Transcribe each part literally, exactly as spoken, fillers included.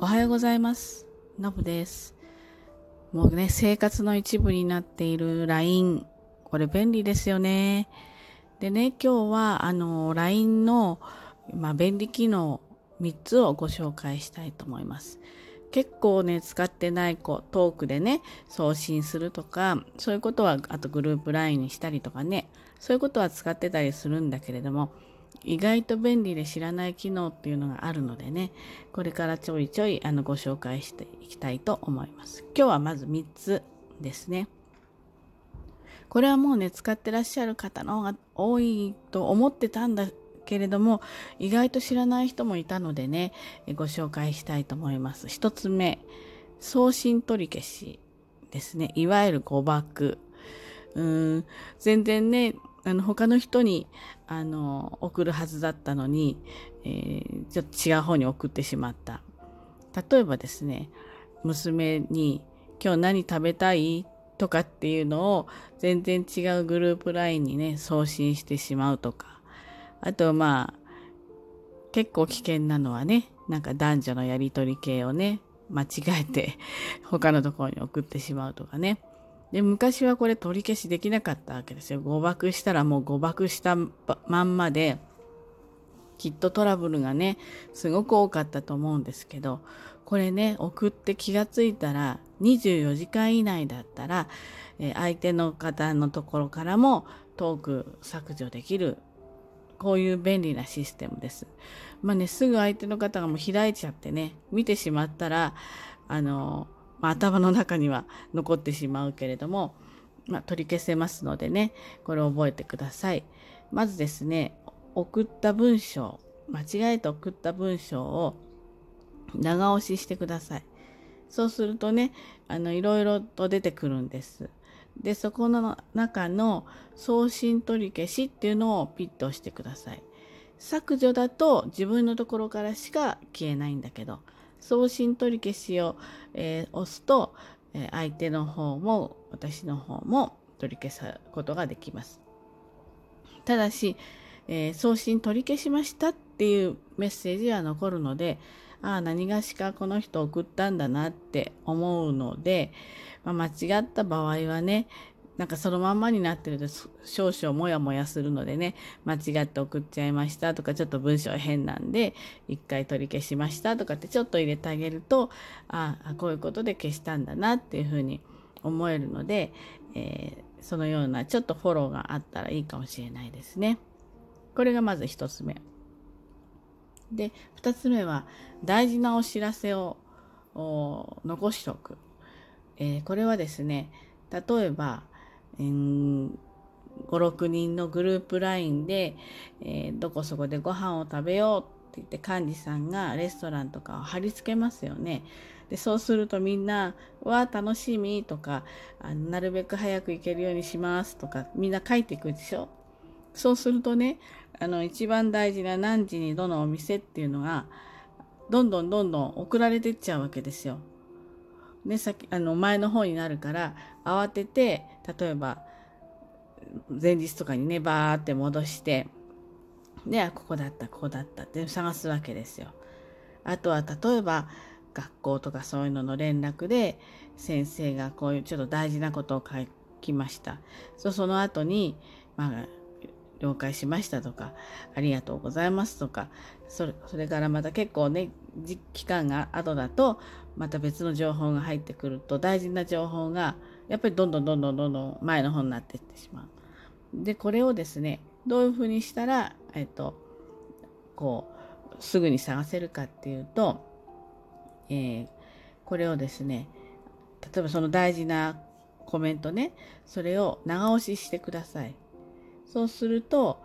おはようございます。のぶです。もうね、生活の一部になっている ライン。これ便利ですよね。でね、今日はあの ライン の、まあ、便利機能みっつをご紹介したいと思います。結構ね、使ってない子、トークでね、送信するとか、そういうことは、あとグループ ライン にしたりとかね、そういうことは使ってたりするんだけれども、意外と便利で知らない機能っていうのがあるのでね、これからちょいちょいあのご紹介していきたいと思います。今日はまずみっつですね。これはもうね、使ってらっしゃる方の方が多いと思ってたんだけれども、意外と知らない人もいたのでね、ご紹介したいと思います。一つ目、送信取り消しですね。いわゆる誤爆。うーん、全然ね、あの他の人にあの送るはずだったのに、えー、ちょっと違う方に送ってしまった。例えばですね、娘に今日何食べたいとかっていうのを全然違うグループ ライン にね、送信してしまうとか。あとまあ、結構危険なのはね、なんか男女のやりとり系をね、間違えて他のところに送ってしまうとかね。で、昔はこれ取り消しできなかったわけですよ。誤爆したらもう誤爆したまんまで、きっとトラブルがね、すごく多かったと思うんですけど、これね、送って気がついたら、にじゅうよじかん以内だったら、えー相手の方のところからもトーク削除できる、こういう便利なシステムです。まあね、すぐ相手の方がもう開いちゃってね、見てしまったら、あの、まあ、頭の中には残ってしまうけれども、まあ、取り消せますのでね、これを覚えてください。まずですね、送った文章、間違えて送った文章を長押ししてください。そうするとね、あの、いろいろと出てくるんです。で、そこの中の送信取り消しっていうのをピッと押してください。削除だと自分のところからしか消えないんだけど、送信取り消しを、えー押すと、えー相手の方も私の方も取り消すことができます。ただし、えー送信取り消しましたっていうメッセージは残るので、ああ、何がしかこの人送ったんだなって思うので、まあ、間違った場合はね、なんかそのまんまになってると少々モヤモヤするのでね、間違って送っちゃいましたとか、ちょっと文章変なんで、一回取り消しましたとかってちょっと入れてあげると、ああ、こういうことで消したんだなっていうふうに思えるので、えーそのようなちょっとフォローがあったらいいかもしれないですね。これがまず一つ目。で、二つ目は大事なお知らせを残しておく。えーこれはですね、例えば、えーご、ろくにんのグループ ライン で、えーどこそこでご飯を食べようって言って幹事さんがレストランとかを貼り付けますよね。で、そうするとみんな、わー楽しみとか、あなるべく早く行けるようにしますとか、みんな書いていくでしょ。そうするとね、あの、一番大事な何時にどのお店っていうのが、どんどんどんどん送られていっちゃうわけですよ。ね、先、あの、前の方になるから、慌てて、例えば、前日とかにね、バーって戻して、で、ここだった、ここだったって探すわけですよ。あとは、例えば、学校とかそういうのの連絡で、先生がこういうちょっと大事なことを書きました。そう、その後に、まあ、了解しましたとか、ありがとうございますとか、それ、それからまた結構ね、期間が後だと、また別の情報が入ってくると、大事な情報が、やっぱりどんどんどんどんどんどん前の方になっていってしまう。で、これをですね、どういうふうにしたら、えっと、こう、すぐに探せるかっていうと、えーこれをですね、例えばその大事なコメントね、それを長押ししてください。そうすると、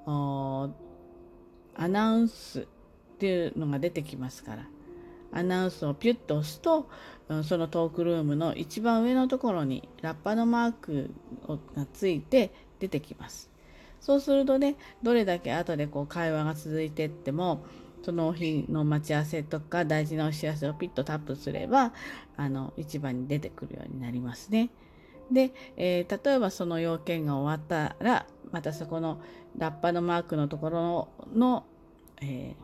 アナウンスっていうのが出てきますから、アナウンスをピュッと押すと、そのトークルームの一番上のところにラッパのマークがついて出てきます。そうするとね、どれだけ後でこう会話が続いていっても、その日の待ち合わせとか大事なお知らせをピッとタップすれば、あの、一番に出てくるようになりますね。で、えー例えばその要件が終わったら、またそこのラッパのマークのところの、えー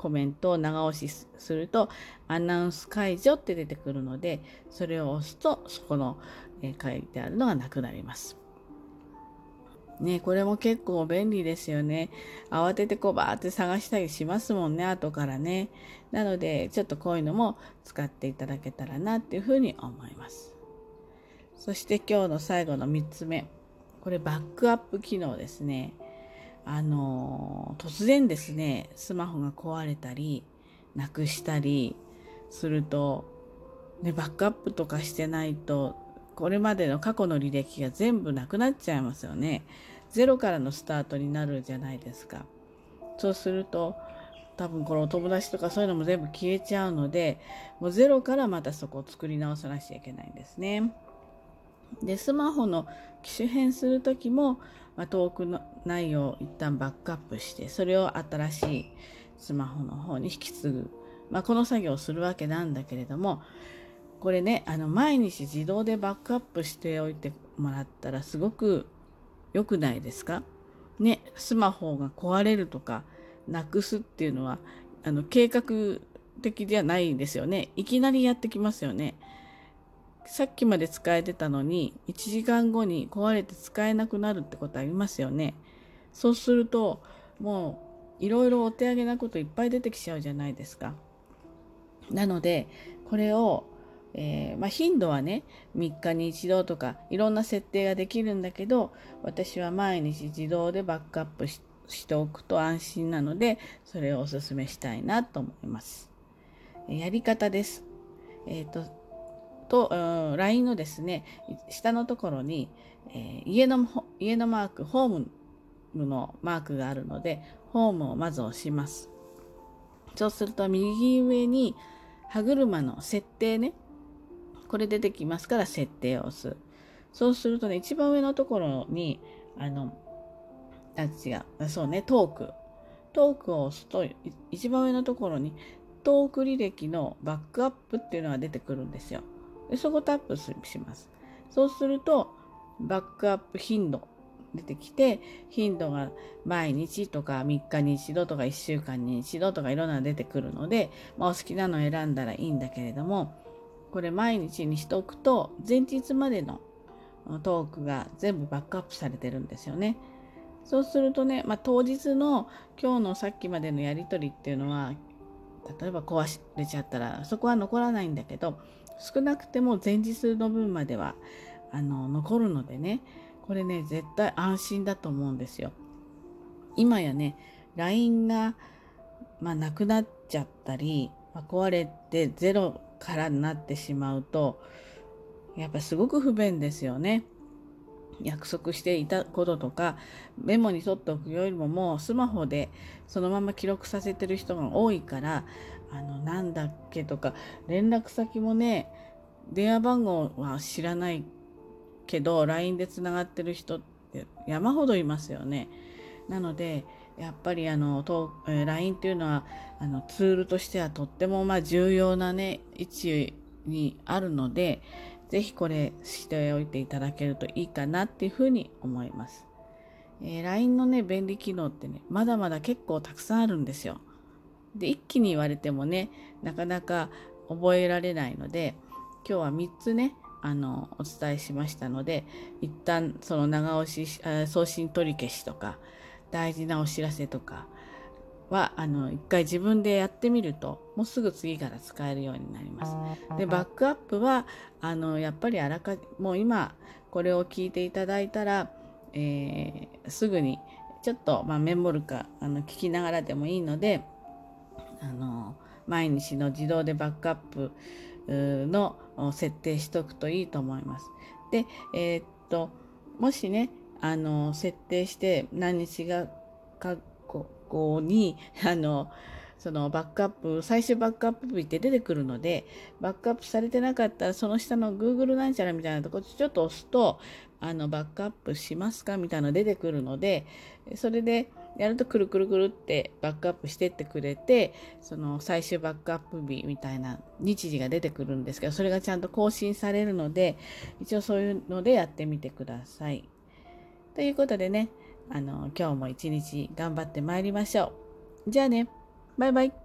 コメントを長押しするとアナウンス解除って出てくるので、それを押すとそこの、えー、書いてあるのがなくなります。ね、これも結構便利ですよね。慌ててこうバーって探したりしますもんね、後からね。なので、ちょっとこういうのも使っていただけたらなっていうふうに思います。そして今日の最後のみっつめ。これバックアップ機能ですね。あの、突然ですね、スマホが壊れたり、なくしたりすると、ね、バックアップとかしてないと、これまでの過去の履歴が全部なくなっちゃいますよね。ゼロからのスタートになるじゃないですか。そうすると多分このお友達とかそういうのも全部消えちゃうので、もうゼロからまたそこを作り直さなきゃいけないんですね。で、スマホの機種変する時も、まあ、トークの内容を一旦バックアップして、それを新しいスマホの方に引き継ぐ、まあ、この作業をするわけなんだけれども、これね、あの毎日自動でバックアップしておいてもらったらすごく良くないですかね。スマホが壊れるとかなくすっていうのはあの計画的ではないんですよね。いきなりやってきますよね。さっきまで使えてたのにいちじかんごに壊れて使えなくなるってことありますよね。そうするともういろいろお手上げなこといっぱい出てきちゃうじゃないですか。なのでこれをえーまあ、頻度はねみっかに一度とかいろんな設定ができるんだけど、私は毎日自動でバックアップ し, しておくと安心なので、それをおすすめしたいなと思います。やり方です。えっ、ー、とと、うん、ライン のですね下のところに、えー、家の家のマーク、ホームのマークがあるので、ホームをまず押します。そうすると右上に歯車の設定ね、これ出てきますから設定を押す。そうするとね、一番上のところに、あの、あ、違う、そうね、トーク。トークを押すと、一番上のところに、トーク履歴のバックアップっていうのが出てくるんですよ。でそこをタップします。そうすると、バックアップ頻度出てきて、頻度が毎日とかみっかに一度とかいっしゅうかんに一度とかいろんなの出てくるので、まあ、お好きなのを選んだらいいんだけれども、これ毎日にしておくと前日までのトークが全部バックアップされてるんですよね。そうするとね、まあ、当日の今日のさっきまでのやり取りっていうのは例えば壊れちゃったらそこは残らないんだけど、少なくても前日の分まではあの残るのでね、これね絶対安心だと思うんですよ。今やね ライン が、まあ、なくなっちゃったり、まあ、壊れてゼロからになってしまうとやっぱりすごく不便ですよね。約束していたこととかメモに取っておくよりももうスマホでそのまま記録させてる人が多いから、あのなんだっけとか連絡先もね、電話番号は知らないけど ライン でつながってる人って山ほどいますよね。なのでやっぱりあの ライン っていうのはあのツールとしてはとってもまあ重要なね位置にあるので、ぜひこれしておいていただけるといいかなっていうふうに思います。えー、ライン のね便利機能ってねまだまだ結構たくさんあるんですよ。で一気に言われてもねなかなか覚えられないので、今日はみっつねあのお伝えしましたので、一旦その長押し送信取り消しとか大事なお知らせとかはあの一回自分でやってみるともうすぐ次から使えるようになります。でバックアップはあのやっぱりあらかもう今これを聞いていただいたら、えー、すぐにちょっと、まあ、メモるかあの聞きながらでもいいので、あの毎日の自動でバックアップの設定しておくといいと思います。で、えー、っともしねあの設定して何日がかここにあのそのバックアップ最終バックアップ日って出てくるので、バックアップされてなかったらその下の Google なんちゃらみたいなところちょっと押すとあのバックアップしますかみたいなの出てくるので、それでやるとくるくるくるってバックアップしてってくれて、その最終バックアップ日みたいな日時が出てくるんですけど、それがちゃんと更新されるので一応そういうのでやってみてください。ということでね、あの今日も一日頑張ってまいりましょう。じゃあね、バイバイ。